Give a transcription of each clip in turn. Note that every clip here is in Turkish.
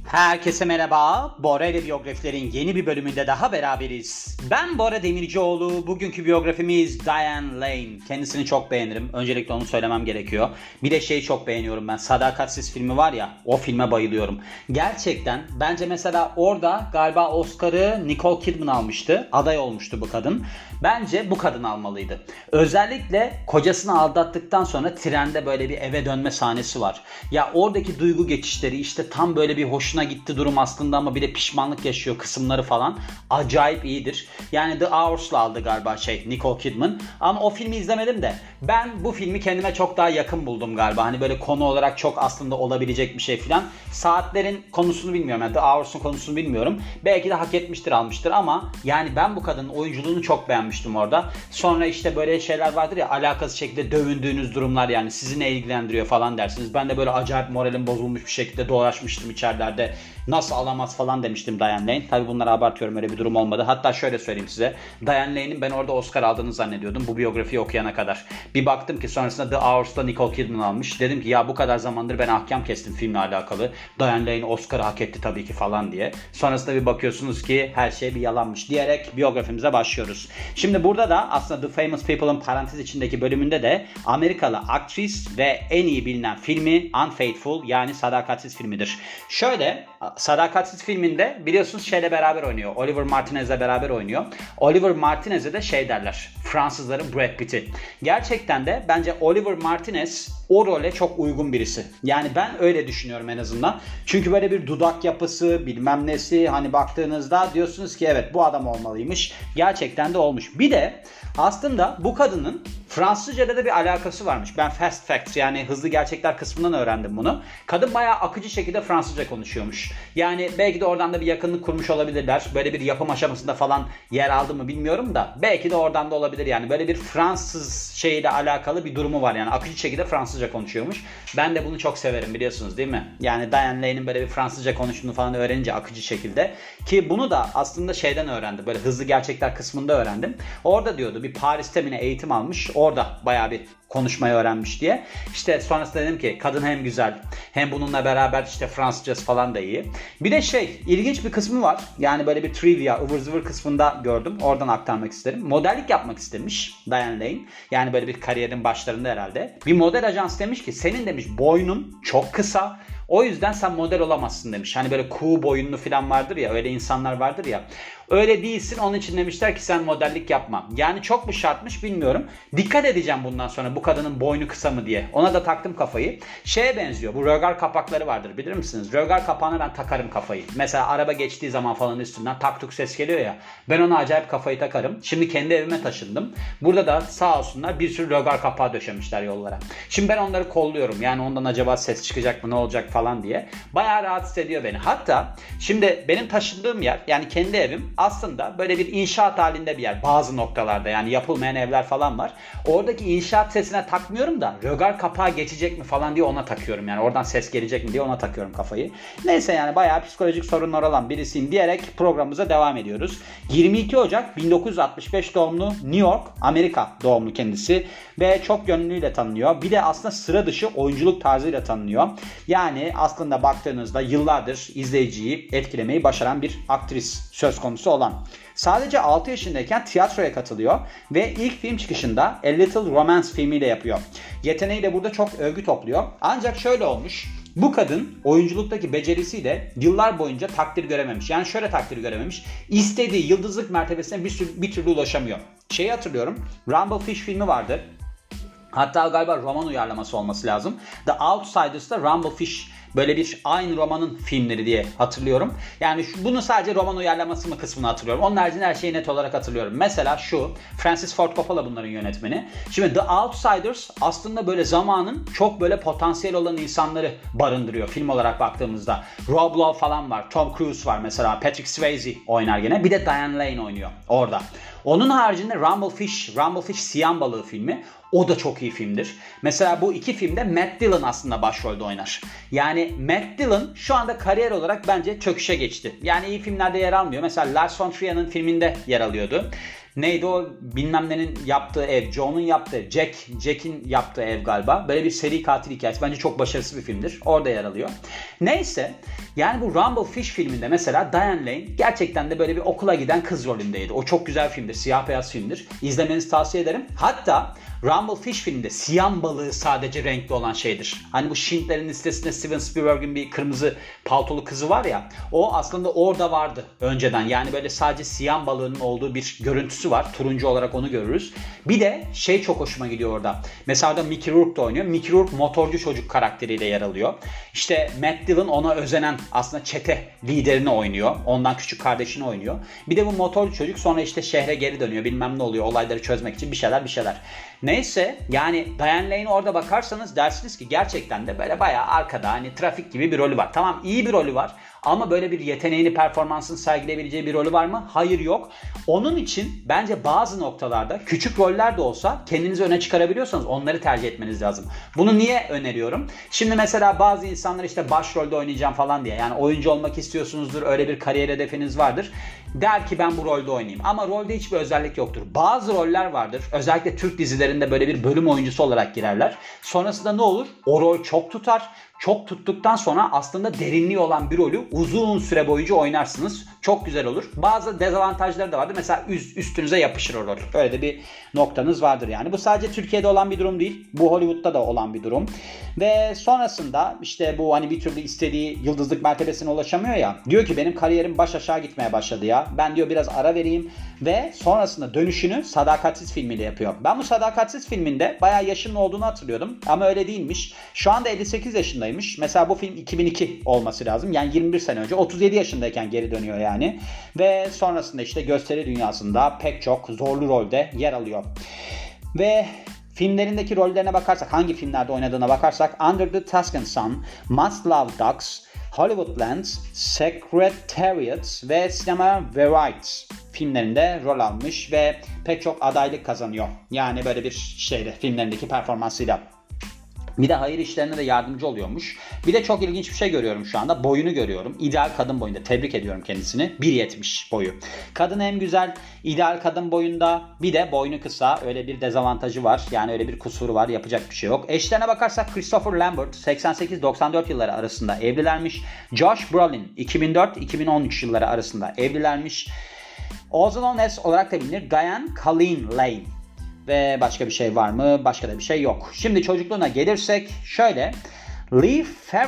Herkese merhaba. Bora ile biyografilerin yeni bir bölümünde daha beraberiz. Ben Bora Demircioğlu. Bugünkü biyografimiz Diane Lane. Kendisini çok beğenirim. Öncelikle onu söylemem gerekiyor. Bir de şeyi çok beğeniyorum ben. Sadakatsiz filmi var ya, o filme bayılıyorum. Gerçekten bence mesela orada galiba Oscar'ı Nicole Kidman almıştı. Aday olmuştu bu kadın. Bence bu kadın almalıydı. Özellikle kocasını aldattıktan sonra trende böyle bir eve dönme sahnesi var. Ya oradaki duygu geçişleri işte tam böyle bir hoşuna gitti durum aslında ama bir de pişmanlık yaşıyor kısımları falan. Acayip iyidir. Yani The Hours'la aldı galiba Nicole Kidman. Ama o filmi izlemedim de ben bu filmi kendime çok daha yakın buldum galiba. Hani böyle konu olarak çok aslında olabilecek bir şey filan. Saatlerin konusunu bilmiyorum. Yani The Hours'un konusunu bilmiyorum. Belki de hak etmiştir, almıştır ama yani ben bu kadının oyunculuğunu çok beğenmiştim orada. Sonra işte böyle şeyler vardır ya, alakasız şekilde dövündüğünüz durumlar, yani sizi ne ilgilendiriyor falan dersiniz. Ben de böyle acayip moralim bozulmuş bir şekilde dolaşmıştım içerilerde. Nasıl alamaz falan demiştim Diane Lane. Tabi bunları abartıyorum, öyle bir durum olmadı. Hatta şöyle söyleyeyim size. Diane Lane'in ben orada Oscar aldığını zannediyordum bu biyografiyi okuyana kadar. Bir baktım ki sonrasında The Hours'ta Nicole Kidman almış. Dedim ki ya bu kadar zamandır ben ahkam kestim filmle alakalı. Diane Lane Oscar'ı hak etti tabii ki falan diye. Sonrasında bir bakıyorsunuz ki her şey bir yalanmış diyerek biyografimize başlıyoruz. Şimdi burada da aslında The Famous People'ın parantez içindeki bölümünde de Amerikalı aktris ve en iyi bilinen filmi Unfaithful, yani Sadakatsiz filmidir. Şöyle, Sadakatsiz filminde biliyorsunuz şeyle beraber oynuyor. Oliver Martinez'le beraber oynuyor. Oliver Martinez'e de şey derler, Fransızların Brad Pitt'i. Gerçekten de bence Oliver Martinez o role çok uygun birisi. Yani ben öyle düşünüyorum en azından. Çünkü böyle bir dudak yapısı, bilmem nesi, hani baktığınızda diyorsunuz ki evet bu adam olmalıymış. Gerçekten de olmuş. Bir de aslında bu kadının Fransızca'da da bir alakası varmış. Ben Fast Facts, yani hızlı gerçekler kısmından öğrendim bunu. Kadın bayağı akıcı şekilde Fransızca konuşuyormuş. Yani belki de oradan da bir yakınlık kurmuş olabilirler. Böyle bir yapım aşamasında falan yer aldı mı bilmiyorum da. Belki de oradan da olabilir yani. Böyle bir Fransız şeyle alakalı bir durumu var yani. Akıcı şekilde Fransızca konuşuyormuş. Ben de bunu çok severim, biliyorsunuz değil mi? Yani Diane Lane'in böyle bir Fransızca konuştuğunu falan öğrenince akıcı şekilde. Ki bunu da aslında şeyden öğrendim. Böyle hızlı gerçekler kısmında öğrendim. Orada diyordu bir Paris'te mi ne eğitim almış. Orada bayağı bir konuşmayı öğrenmiş diye. İşte sonrasında dedim ki kadın hem güzel hem bununla beraber işte Fransızcası falan da iyi. Bir de ilginç bir kısmı var. Yani böyle bir trivia ıvır zıvır kısmında gördüm. Oradan aktarmak isterim. Modellik yapmak istemiş Diane Lane. Yani böyle bir kariyerin başlarında herhalde. Bir model ajans demiş ki senin demiş boynun çok kısa. O yüzden sen model olamazsın demiş. Hani böyle kuğu boyunlu falan vardır ya, öyle insanlar vardır ya. Öyle değilsin, onun için demişler ki sen modellik yapma. Yani çok mu şartmış bilmiyorum. Dikkat edeceğim bundan sonra bu kadının boynu kısa mı diye. Ona da taktım kafayı. Şeye benziyor, bu rögar kapakları vardır, bilir misiniz? Rögar kapağına ben takarım kafayı. Mesela araba geçtiği zaman falan üstünden tak tuk ses geliyor ya. Ben ona acayip kafayı takarım. Şimdi kendi evime taşındım. Burada da sağ olsunlar bir sürü rögar kapağı döşemişler yollara. Şimdi ben onları kolluyorum. Yani ondan acaba ses çıkacak mı, ne olacak falan diye. Bayağı rahatsız ediyor beni. Hatta şimdi benim taşındığım yer, yani kendi evim aslında böyle bir inşaat halinde bir yer. Bazı noktalarda yani yapılmayan evler falan var. Oradaki inşaat sesine takmıyorum da rögar kapağı geçecek mi falan diye ona takıyorum. Yani oradan ses gelecek mi diye ona takıyorum kafayı. Neyse, yani bayağı psikolojik sorunlar olan birisiyim diyerek programımıza devam ediyoruz. 22 Ocak 1965 doğumlu, New York, Amerika doğumlu kendisi ve çok yönlüyle tanınıyor. Bir de aslında sıra dışı oyunculuk tarzıyla tanınıyor. Yani aslında baktığınızda yıllardır izleyiciyi etkilemeyi başaran bir aktris söz konusu olan. Sadece 6 yaşındayken tiyatroya katılıyor ve ilk film çıkışında A Little Romance filmiyle yapıyor. Yeteneğiyle burada çok övgü topluyor. Ancak şöyle olmuş. Bu kadın oyunculuktaki becerisiyle yıllar boyunca takdir görememiş. Yani şöyle takdir görememiş. İstediği yıldızlık mertebesine bir türlü ulaşamıyor. Hatırlıyorum. Rumblefish filmi vardı. Hatta galiba roman uyarlaması olması lazım. The Outsiders'ta Rumblefish böyle bir aynı romanın filmleri diye hatırlıyorum. Yani bunu sadece roman uyarlaması mı kısmını hatırlıyorum. Onun haricinde her şeyi net olarak hatırlıyorum. Mesela şu, Francis Ford Coppola bunların yönetmeni. Şimdi The Outsiders aslında böyle zamanın çok böyle potansiyel olan insanları barındırıyor film olarak baktığımızda. Rob Lowe falan var. Tom Cruise var mesela. Patrick Swayze oynar gene. Bir de Diane Lane oynuyor orada. Onun haricinde Rumblefish Siyan Balığı filmi. O da çok iyi filmdir. Mesela bu iki filmde Matt Dillon aslında başrolde oynar. Yani Matt Dillon şu anda kariyer olarak bence çöküşe geçti. Yani iyi filmlerde yer almıyor. Mesela Lars von Trier'in filminde yer alıyordu. Neydi o bilmem nenin yaptığı ev, Joe'nun yaptığı ev, Jack'in yaptığı ev galiba. Böyle bir seri katil hikayesi. Bence çok başarısız bir filmdir. Orada yer alıyor. Neyse yani bu Rumble Fish filminde mesela Diane Lane gerçekten de böyle bir okula giden kız rolündeydi. O çok güzel filmdir. Siyah beyaz filmdir. İzlemenizi tavsiye ederim. Hatta Rumble Fish filminde siyan balığı sadece renkli olan şeydir. Hani bu Schindler'in Listesi'nde Steven Spielberg'in bir kırmızı paltolu kızı var ya. O aslında orada vardı önceden. Yani böyle sadece siyan balığının olduğu bir görüntüsü var. Turuncu olarak onu görürüz. Bir de şey çok hoşuma gidiyor orada. Mesela orada Mickey Rourke da oynuyor. Mickey Rourke motorcu çocuk karakteriyle yer alıyor. İşte Matt Dillon ona özenen aslında çete liderini oynuyor. Ondan küçük kardeşini oynuyor. Bir de bu motorcu çocuk sonra işte şehre geri dönüyor. Bilmem ne oluyor. Olayları çözmek için bir şeyler. Neyse yani Diane Lane'e orada bakarsanız dersiniz ki gerçekten de böyle bayağı arkada hani trafik gibi bir rolü var. Tamam iyi bir rolü var ama böyle bir yeteneğini performansını sergileyebileceği bir rolü var mı? Hayır yok. Onun için bence bazı noktalarda küçük roller de olsa kendinizi öne çıkarabiliyorsanız onları tercih etmeniz lazım. Bunu niye öneriyorum? Şimdi mesela bazı insanlar işte başrolde oynayacağım falan diye yani oyuncu olmak istiyorsunuzdur öyle bir kariyer hedefiniz vardır. Der ki ben bu rolde oynayayım. Ama rolde hiçbir özellik yoktur. Bazı roller vardır. Özellikle Türk dizilerinde böyle bir bölüm oyuncusu olarak girerler. Sonrasında ne olur? O rol çok tutar. Çok tuttuktan sonra aslında derinliği olan bir rolü uzun süre boyunca oynarsınız. Çok güzel olur. Bazı dezavantajları da vardır. Mesela üstünüze yapışır o rol. Öyle de bir noktanız vardır yani. Bu sadece Türkiye'de olan bir durum değil. Bu Hollywood'da da olan bir durum. Ve sonrasında işte bu hani bir türlü istediği yıldızlık mertebesine ulaşamıyor ya. Diyor ki benim kariyerim baş aşağı gitmeye başladı ya. Ben diyor biraz ara vereyim. Ve sonrasında dönüşünü Sadakatsiz filmiyle yapıyor. Ben bu Sadakatsiz filminde bayağı yaşının olduğunu hatırlıyordum. Ama öyle değilmiş. Şu anda 58 yaşındaymış. Mesela bu film 2002 olması lazım. Yani 21 sene önce. 37 yaşındayken geri dönüyor yani. Ve sonrasında işte gösteri dünyasında pek çok zorlu rolde yer alıyor. Ve filmlerindeki rollerine bakarsak, hangi filmlerde oynadığına bakarsak Under the Tuscan Sun, Must Love Dogs, Hollywoodland, Secretariat ve Cinema Verite filmlerinde rol almış ve pek çok adaylık kazanıyor. Yani böyle bir şeyde filmlerindeki performansıyla. Bir de hayır işlerine de yardımcı oluyormuş. Bir de çok ilginç bir şey görüyorum şu anda. Boyunu görüyorum. İdeal kadın boyunda. Tebrik ediyorum kendisini. 1.70 boyu. Kadın hem güzel, ideal kadın boyunda. Bir de boynu kısa. Öyle bir dezavantajı var. Yani öyle bir kusuru var. Yapacak bir şey yok. Eşlerine bakarsak Christopher Lambert 88-94 yılları arasında evlilermiş. Josh Brolin 2004-2013 yılları arasında evlilermiş. Also known as olarak da bilinir Diane Colleen Lane. Ve başka bir şey var mı? Başka da bir şey yok. Şimdi çocukluğuna gelirsek şöyle. Lee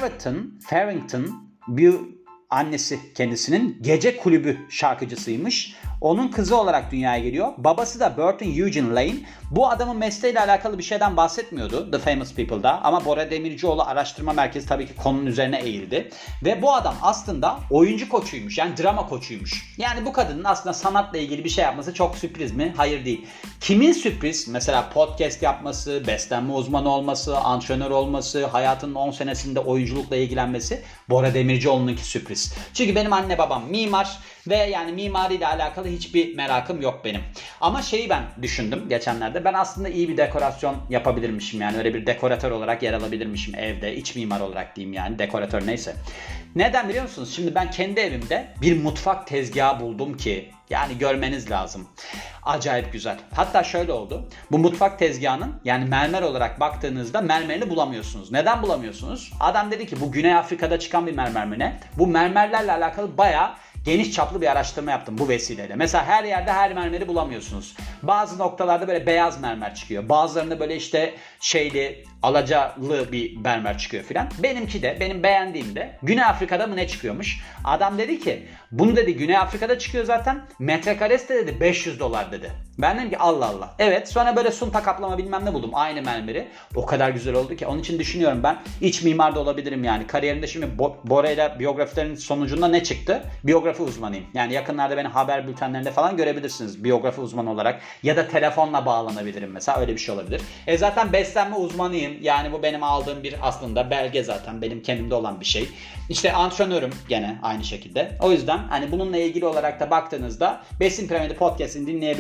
Farrington bir annesi kendisinin gece kulübü şarkıcısıymış. Onun kızı olarak dünyaya geliyor. Babası da Burton Eugene Lane. Bu adamın mesleğiyle alakalı bir şeyden bahsetmiyordu The Famous People'da. Ama Bora Demircioğlu Araştırma Merkezi tabii ki konunun üzerine eğildi. Ve bu adam aslında oyuncu koçuymuş. Yani drama koçuymuş. Yani bu kadının aslında sanatla ilgili bir şey yapması çok sürpriz mi? Hayır değil. Kimin sürpriz? Mesela podcast yapması, beslenme uzmanı olması, antrenör olması, hayatının 10 senesinde oyunculukla ilgilenmesi Bora Demircioğlu'nunki sürpriz. Çünkü benim anne babam mimar ve yani mimariyle alakalı hiçbir merakım yok benim. Ama şeyi ben düşündüm geçenlerde. Ben aslında iyi bir dekorasyon yapabilirmişim yani. Öyle bir dekoratör olarak yer alabilirmişim evde. İç mimar olarak diyeyim yani. Dekoratör neyse. Neden biliyor musunuz? Şimdi ben kendi evimde bir mutfak tezgahı buldum ki yani görmeniz lazım. Acayip güzel. Hatta şöyle oldu. Bu mutfak tezgahının yani mermer olarak baktığınızda mermerini bulamıyorsunuz. Neden bulamıyorsunuz? Adam dedi ki bu Güney Afrika'da çıkan bir mermer mi ne? Bu mermerlerle alakalı bayağı geniş çaplı bir araştırma yaptım bu vesileyle. Mesela her yerde her mermeri bulamıyorsunuz. Bazı noktalarda böyle beyaz mermer çıkıyor. Bazılarında böyle işte şeyli, alacalı bir mermer çıkıyor filan. Benimki de, benim beğendiğim de Güney Afrika'da mı ne çıkıyormuş? Adam dedi ki, bunu dedi Güney Afrika'da çıkıyor zaten. Metrekaresi de dedi $500 dedi. Ben dedim ki Allah Allah. Evet, sonra böyle sunta kaplama bilmem ne buldum. Aynı mermeri. O kadar güzel oldu ki. Onun için düşünüyorum ben. İç mimar da olabilirim yani. Kariyerimde şimdi Bora ile biyografilerin sonucunda ne çıktı? Biyografi uzmanıyım. Yani yakınlarda beni haber bültenlerinde falan görebilirsiniz. Biyografi uzmanı olarak. Ya da telefonla bağlanabilirim mesela. Öyle bir şey olabilir. Zaten beslenme uzmanıyım. Yani bu benim aldığım bir aslında belge zaten. Benim kendimde olan bir şey. İşte antrenörüm gene aynı şekilde. O yüzden hani bununla ilgili olarak da baktığınızda Besin Piramidi Podcast'ini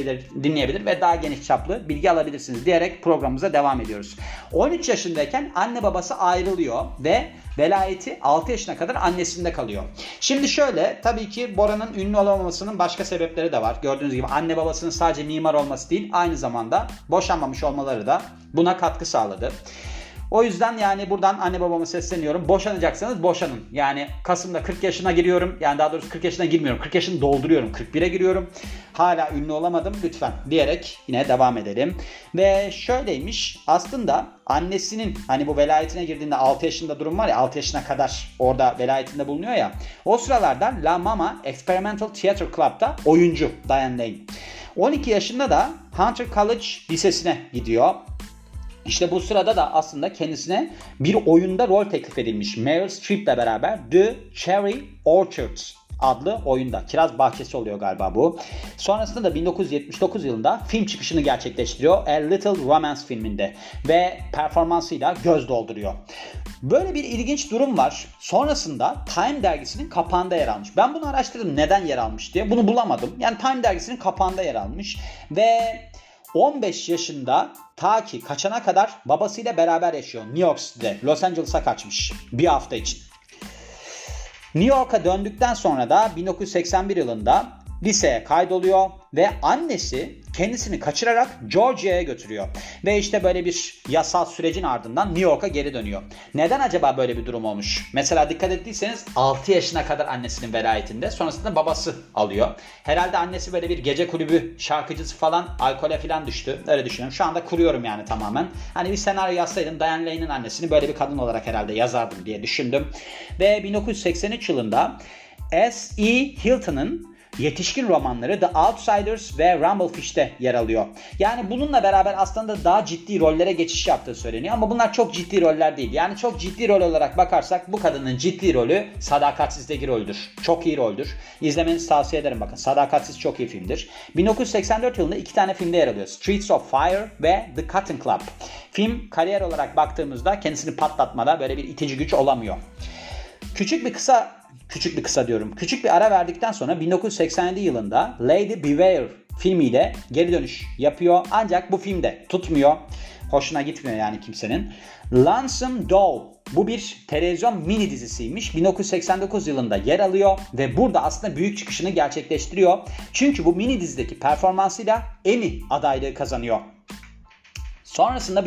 dinleyebilir ve daha geniş çaplı bilgi alabilirsiniz diyerek programımıza devam ediyoruz. 13 yaşındayken anne babası ayrılıyor ve velayeti 6 yaşına kadar annesinde kalıyor. Şimdi şöyle, tabii ki Bora'nın ünlü olamamasının başka sebepleri de var. Gördüğünüz gibi anne babasının sadece mimar olması değil, aynı zamanda boşanmamış olmaları da buna katkı sağladı. O yüzden yani buradan anne babama sesleniyorum. Boşanacaksanız boşanın. Yani Kasım'da 40 yaşına giriyorum. Yani daha doğrusu 40 yaşına girmiyorum. 40 yaşını dolduruyorum. 41'e giriyorum. Hala ünlü olamadım lütfen diyerek yine devam edelim. Ve şöyleymiş. Aslında annesinin hani bu velayetine girdiğinde 6 yaşında durum var ya, 6 yaşına kadar orada velayetinde bulunuyor ya. O sıralarda La Mama Experimental Theatre Club'da oyuncu Diane Lane. 12 yaşında da Hunter College Lisesi'ne gidiyor. İşte bu sırada da aslında kendisine bir oyunda rol teklif edilmiş. Meryl Streep'le beraber The Cherry Orchard adlı oyunda. Kiraz Bahçesi oluyor galiba bu. Sonrasında da 1979 yılında film çıkışını gerçekleştiriyor. A Little Romance filminde. Ve performansıyla göz dolduruyor. Böyle bir ilginç durum var. Sonrasında Time dergisinin kapağında yer almış. Ben bunu araştırdım, neden yer almış diye. Bunu bulamadım. Yani Time dergisinin kapağında yer almış. Ve 15 yaşında ta ki kaçana kadar babasıyla beraber yaşıyor. New York City'de. Los Angeles'a kaçmış bir hafta için. New York'a döndükten sonra da 1981 yılında liseye kaydoluyor ve annesi kendisini kaçırarak Georgia'ya götürüyor. Ve işte böyle bir yasal sürecin ardından New York'a geri dönüyor. Neden acaba böyle bir durum olmuş? Mesela dikkat ettiyseniz 6 yaşına kadar annesinin velayetinde, sonrasında babası alıyor. Herhalde annesi böyle bir gece kulübü şarkıcısı falan, alkole falan düştü. Öyle düşünüyorum. Şu anda kuruyorum yani tamamen. Hani bir senaryo yazsaydım Diane Lane'in annesini böyle bir kadın olarak herhalde yazardım diye düşündüm. Ve 1983 yılında S.E. Hilton'ın yetişkin romanları The Outsiders ve Rumblefish'te yer alıyor. Yani bununla beraber aslında daha ciddi rollere geçiş yaptığı söyleniyor ama bunlar çok ciddi roller değil. Yani çok ciddi rol olarak bakarsak bu kadının ciddi rolü Sadakatsiz'deki roldür. Çok iyi roldür. İzlemenizi tavsiye ederim bakın. Sadakatsiz çok iyi filmdir. 1984 yılında 2 tane filmde yer alıyor. Streets of Fire ve The Cotton Club. Film kariyer olarak baktığımızda kendisini patlatmada böyle bir itici güç olamıyor. Küçük bir ara verdikten sonra 1987 yılında Lady Beware filmiyle geri dönüş yapıyor. Ancak bu filmde tutmuyor. Hoşuna gitmiyor yani kimsenin. Lonesome Dove. Bu bir televizyon mini dizisiymiş. 1989 yılında yer alıyor ve burada aslında büyük çıkışını gerçekleştiriyor. Çünkü bu mini dizideki performansıyla Emmy adaylığı kazanıyor. Sonrasında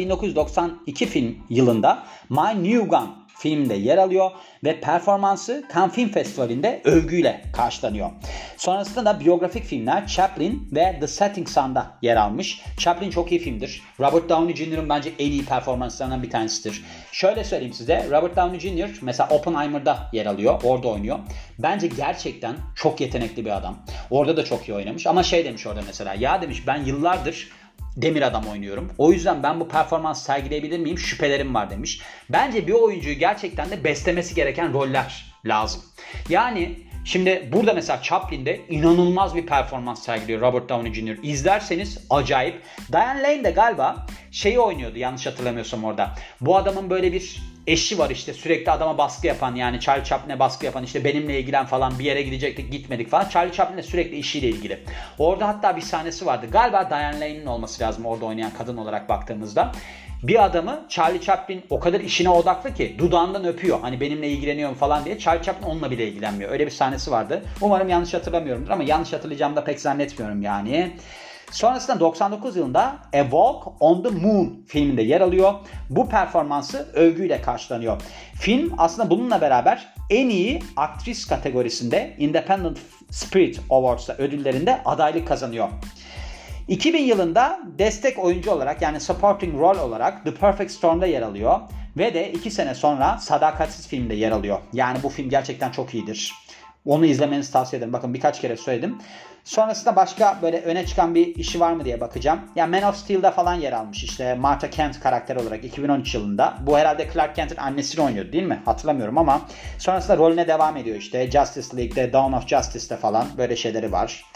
1992 yılında My New Gun filmde yer alıyor ve performansı Cannes Film Festivali'nde övgüyle karşılanıyor. Sonrasında da biyografik filmler Chaplin ve The Setting Sun'da yer almış. Chaplin çok iyi filmdir. Robert Downey Jr.'ın bence en iyi performanslarından bir tanesidir. Şöyle söyleyeyim size, Robert Downey Jr. mesela Oppenheimer'da yer alıyor, orada oynuyor. Bence gerçekten çok yetenekli bir adam. Orada da çok iyi oynamış ama şey demiş orada mesela, ya demiş ben yıllardır Demir Adam oynuyorum. O yüzden ben bu performans sergileyebilir miyim? Şüphelerim var demiş. Bence bir oyuncuyu gerçekten de beslemesi gereken roller lazım. Yani şimdi burada mesela Chaplin'de inanılmaz bir performans sergiliyor Robert Downey Jr. İzlerseniz acayip. Diane Lane de galiba şeyi oynuyordu yanlış hatırlamıyorsam orada. Bu adamın böyle bir eşi var işte, sürekli adama baskı yapan, yani Charlie Chaplin'e baskı yapan, işte benimle ilgilen falan, bir yere gidecektik gitmedik falan. Charlie Chaplin'le sürekli işiyle ilgili. Orada hatta bir sahnesi vardı. Galiba Diane Lane'in olması lazım orada oynayan kadın olarak baktığımızda. Bir adamı Charlie Chaplin o kadar işine odaklı ki dudağından öpüyor. Hani benimle ilgileniyorum falan diye. Charlie Chaplin onunla bile ilgilenmiyor. Öyle bir sahnesi vardı. Umarım yanlış hatırlamıyorumdur ama yanlış hatırlayacağımı da pek zannetmiyorum yani. Sonrasında 99 yılında A Walk on the Moon filminde yer alıyor. Bu performansı övgüyle karşılanıyor. Film aslında bununla beraber en iyi aktris kategorisinde Independent Spirit Awards'ta ödüllerinde adaylık kazanıyor. 2000 yılında destek oyuncu olarak, yani supporting role olarak The Perfect Storm'da yer alıyor. Ve de 2 sene sonra Sadakatsiz filmde yer alıyor. Yani bu film gerçekten çok iyidir. Onu izlemenizi tavsiye ederim. Bakın birkaç kere söyledim. Sonrasında başka böyle öne çıkan bir işi var mı diye bakacağım. Ya Man of Steel'da falan yer almış işte Martha Kent karakter olarak 2013 yılında. Bu herhalde Clark Kent'in annesini oynuyordu değil mi? Hatırlamıyorum ama sonrasında rolüne devam ediyor işte. Justice League'de, Dawn of Justice'de falan böyle şeyleri var.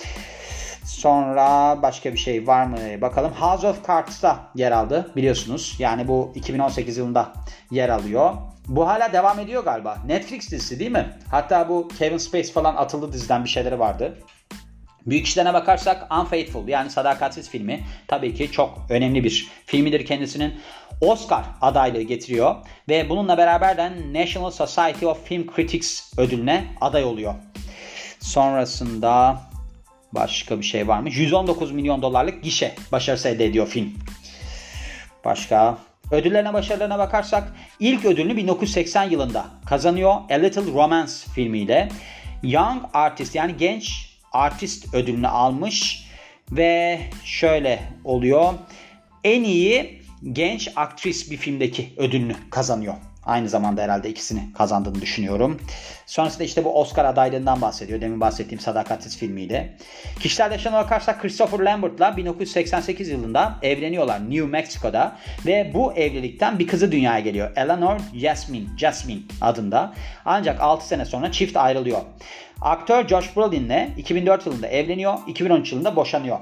Sonra başka bir şey var mı? Bakalım. House of Cards'ta yer aldı biliyorsunuz. Yani bu 2018 yılında yer alıyor. Bu hala devam ediyor galiba. Netflix dizisi değil mi? Hatta bu Kevin Spacey falan atıldı diziden, bir şeyleri vardı. Büyük işlerine bakarsak Unfaithful yani Sadakatsiz filmi tabii ki çok önemli bir filmidir kendisinin. Oscar adaylığı getiriyor ve bununla beraber de National Society of Film Critics ödülüne aday oluyor. Sonrasında başka bir şey var mı? 119 milyon dolarlık gişe başarısı elde ediyor film. Başka ödüllerine, başarılarına bakarsak ilk ödülünü 1980 yılında kazanıyor A Little Romance filmiyle. Young Artist yani genç artist ödülünü almış ve şöyle oluyor. En iyi genç aktris bir filmdeki ödülünü kazanıyor. Aynı zamanda herhalde ikisini kazandığını düşünüyorum. Sonrasında işte bu Oscar adaylığından bahsediyor. Demin bahsettiğim Sadakatsiz filmiyle. Kişisel yaşamına bakarsak Christopher Lambert'la 1988 yılında evleniyorlar New Mexico'da. Ve bu evlilikten bir kızı dünyaya geliyor. Eleanor Jasmine adında. Ancak 6 sene sonra çift ayrılıyor. Aktör Josh Brolin'le 2004 yılında evleniyor. 2013 yılında boşanıyor.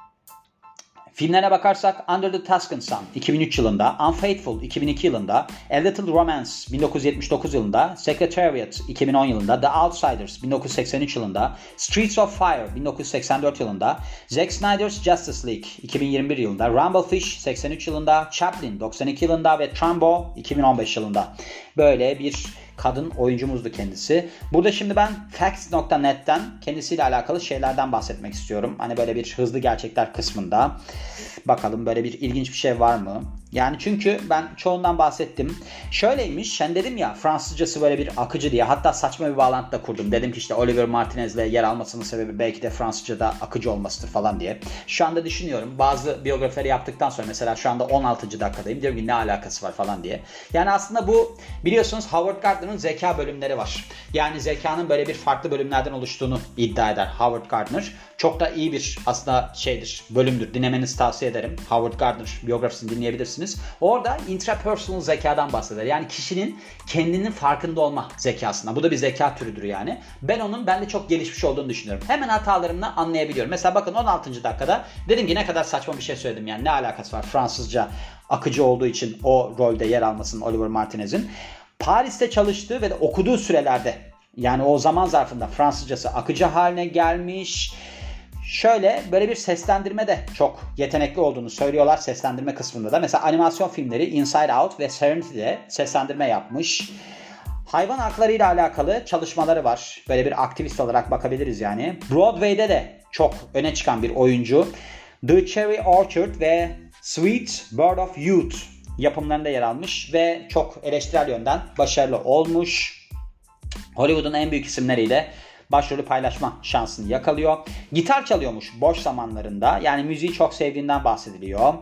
Filmlerine bakarsak Under the Tuscan Sun 2003 yılında, Unfaithful 2002 yılında, A Little Romance 1979 yılında, Secretariat 2010 yılında, The Outsiders 1983 yılında, Streets of Fire 1984 yılında, Zack Snyder's Justice League 2021 yılında, Rumblefish 83 yılında, Chaplin 92 yılında ve Trumbo 2015 yılında. Böyle bir kadın oyuncumuzdu kendisi. Burada şimdi ben Facts.net'ten kendisiyle alakalı şeylerden bahsetmek istiyorum. Hani böyle bir hızlı gerçekler kısmında. Bakalım böyle bir ilginç bir şey var mı? Yani çünkü ben çoğundan bahsettim. Şöyleymiş, ben dedim ya Fransızcası böyle bir akıcı diye. Hatta saçma bir bağlantı da kurdum. Dedim ki işte Oliver Martinez'le yer almasının sebebi belki de Fransızca'da akıcı olmasıdır falan diye. Şu anda düşünüyorum. Bazı biyografileri yaptıktan sonra mesela şu anda 16. dakikadayım. Diyorum ki ne alakası var falan diye. Yani aslında bu biliyorsunuz Howard Gardner'ın zeka bölümleri var. Yani zekanın böyle bir farklı bölümlerden oluştuğunu iddia eder Howard Gardner. Çok da iyi bir aslında bölümdür. Dinlemenizi tavsiye ederim. Howard Gardner biyografisini dinleyebilirsiniz. Orada intrapersonal zekadan bahseder. Yani kişinin kendinin farkında olma zekasına. Bu da bir zeka türüdür yani. Ben onun bende çok gelişmiş olduğunu düşünüyorum. Hemen hatalarımla anlayabiliyorum. Mesela bakın 16. dakikada dedim ki ne kadar saçma bir şey söyledim yani. Ne alakası var Fransızca akıcı olduğu için o rolde yer almasının Oliver Martinez'in. Paris'te çalıştığı ve de okuduğu sürelerde yani o zaman zarfında Fransızcası akıcı haline gelmiş. Şöyle böyle bir seslendirme de çok yetenekli olduğunu söylüyorlar seslendirme kısmında da. Mesela animasyon filmleri Inside Out ve Serenity'de seslendirme yapmış. Hayvan hakları ile alakalı çalışmaları var. Böyle bir aktivist olarak bakabiliriz yani. Broadway'de de çok öne çıkan bir oyuncu. The Cherry Orchard ve Sweet Bird of Youth yapımlarında yer almış ve çok eleştirel yönden başarılı olmuş. Hollywood'un en büyük isimleriyle başrolü paylaşma şansını yakalıyor. Gitar çalıyormuş boş zamanlarında. Yani müziği çok sevdiğinden bahsediliyor.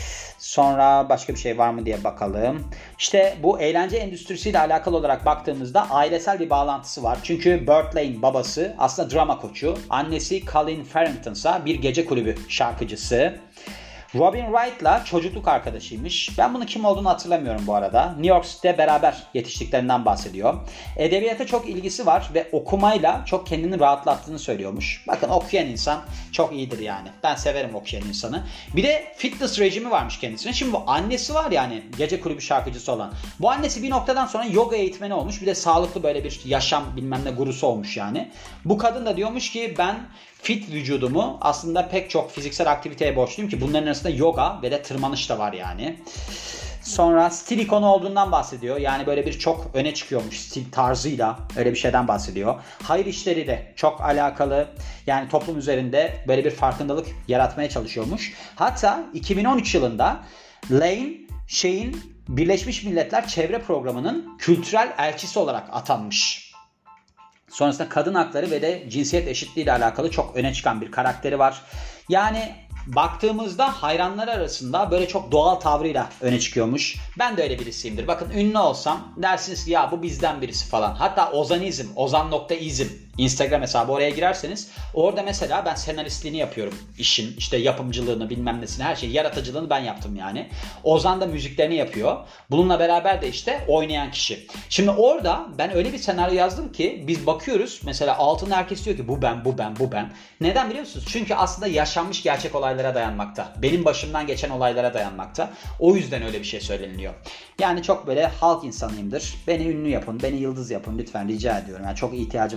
Sonra başka bir şey var mı diye bakalım. İşte bu eğlence endüstrisiyle alakalı olarak baktığımızda ailesel bir bağlantısı var. Çünkü Burt Lane babası aslında drama koçu. Annesi Colleen Farrington ise bir gece kulübü şarkıcısı. Robin Wright'la çocukluk arkadaşıymış. Ben bunu kim olduğunu hatırlamıyorum bu arada. New York City'de beraber yetiştiklerinden bahsediyor. Edebiyata çok ilgisi var ve okumayla çok kendini rahatlattığını söylüyormuş. Bakın okuyan insan çok iyidir yani. Ben severim okuyan insanı. Bir de fitness rejimi varmış kendisine. Şimdi bu annesi var yani gece kulübü şarkıcısı olan. Bu annesi bir noktadan sonra yoga eğitmeni olmuş. Bir de sağlıklı böyle bir yaşam bilmem ne gurusu olmuş yani. Bu kadın da diyormuş ki ben fit vücudumu aslında pek çok fiziksel aktiviteye borçluyum ki bunların arasında yoga ve de tırmanış da var yani. Sonra stil ikonu olduğundan bahsediyor. Yani böyle bir çok öne çıkıyormuş stil tarzıyla öyle bir şeyden bahsediyor. Hayır işleri de çok alakalı. Yani toplum üzerinde böyle bir farkındalık yaratmaya çalışıyormuş. Hatta 2013 yılında Lane Birleşmiş Milletler Çevre Programı'nın kültürel elçisi olarak atanmış. Sonrasında kadın hakları ve de cinsiyet eşitliği ile alakalı çok öne çıkan bir karakteri var. Yani baktığımızda hayranlar arasında böyle çok doğal tavrıyla öne çıkıyormuş. Ben de öyle birisiyimdir. Bakın ünlü olsam dersiniz ki ya bu bizden birisi falan. Hatta ozan.izm Instagram hesabı, oraya girerseniz orada mesela ben senaristliğini yapıyorum. İşin işte yapımcılığını bilmem nesini her şeyi yaratıcılığını ben yaptım yani. Ozan da müziklerini yapıyor. Bununla beraber de işte oynayan kişi. Şimdi orada ben öyle bir senaryo yazdım ki biz bakıyoruz mesela altında herkes diyor ki bu ben. Neden biliyor musunuz? Çünkü aslında yaşanmış gerçek olaylara dayanmakta. Benim başımdan geçen olaylara dayanmakta. O yüzden öyle bir şey söyleniliyor. Yani çok böyle halk insanıyımdır. Beni ünlü yapın, beni yıldız yapın lütfen rica ediyorum. Yani çok ihtiyacım var böyle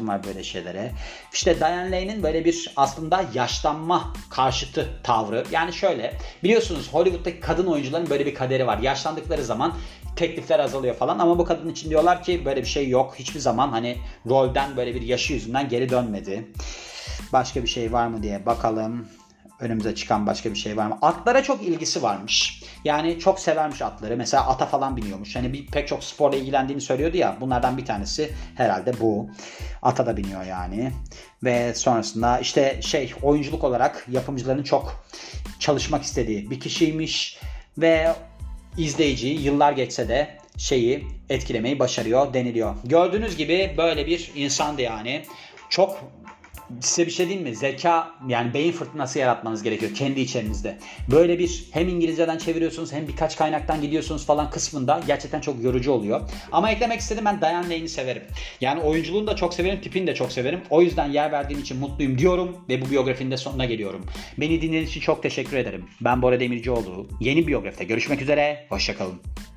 şeylere. İşte Diane Lane'in böyle bir aslında yaşlanma karşıtı tavrı. Yani şöyle, biliyorsunuz Hollywood'daki kadın oyuncuların böyle bir kaderi var. Yaşlandıkları zaman teklifler azalıyor falan ama bu kadın için diyorlar ki böyle bir şey yok. Hiçbir zaman hani rolden böyle bir yaşı yüzünden geri dönmedi. Başka bir şey var mı diye bakalım. Önümüze çıkan başka bir şey var mı? Atlara çok ilgisi varmış. Yani çok severmiş atları. Mesela ata falan biniyormuş. Hani pek çok sporla ilgilendiğini söylüyordu ya. Bunlardan bir tanesi herhalde bu. Ata da biniyor yani. Ve sonrasında işte oyunculuk olarak yapımcıların çok çalışmak istediği bir kişiymiş. Ve izleyiciyi yıllar geçse de etkilemeyi başarıyor deniliyor. Gördüğünüz gibi böyle bir insandı yani. Çok, size bir şey diyeyim mi? Zeka, yani beyin fırtınası yaratmanız gerekiyor kendi içerinizde. Böyle bir hem İngilizceden çeviriyorsunuz hem birkaç kaynaktan gidiyorsunuz falan kısmında gerçekten çok yorucu oluyor. Ama eklemek istedim, ben Diane Lane'i severim. Yani oyunculuğunu da çok severim, tipini de çok severim. O yüzden yer verdiğim için mutluyum diyorum ve bu biyografinin de sonuna geliyorum. Beni dinlediğiniz için çok teşekkür ederim. Ben Bora Demircioğlu. Yeni biyografide görüşmek üzere. Hoşçakalın.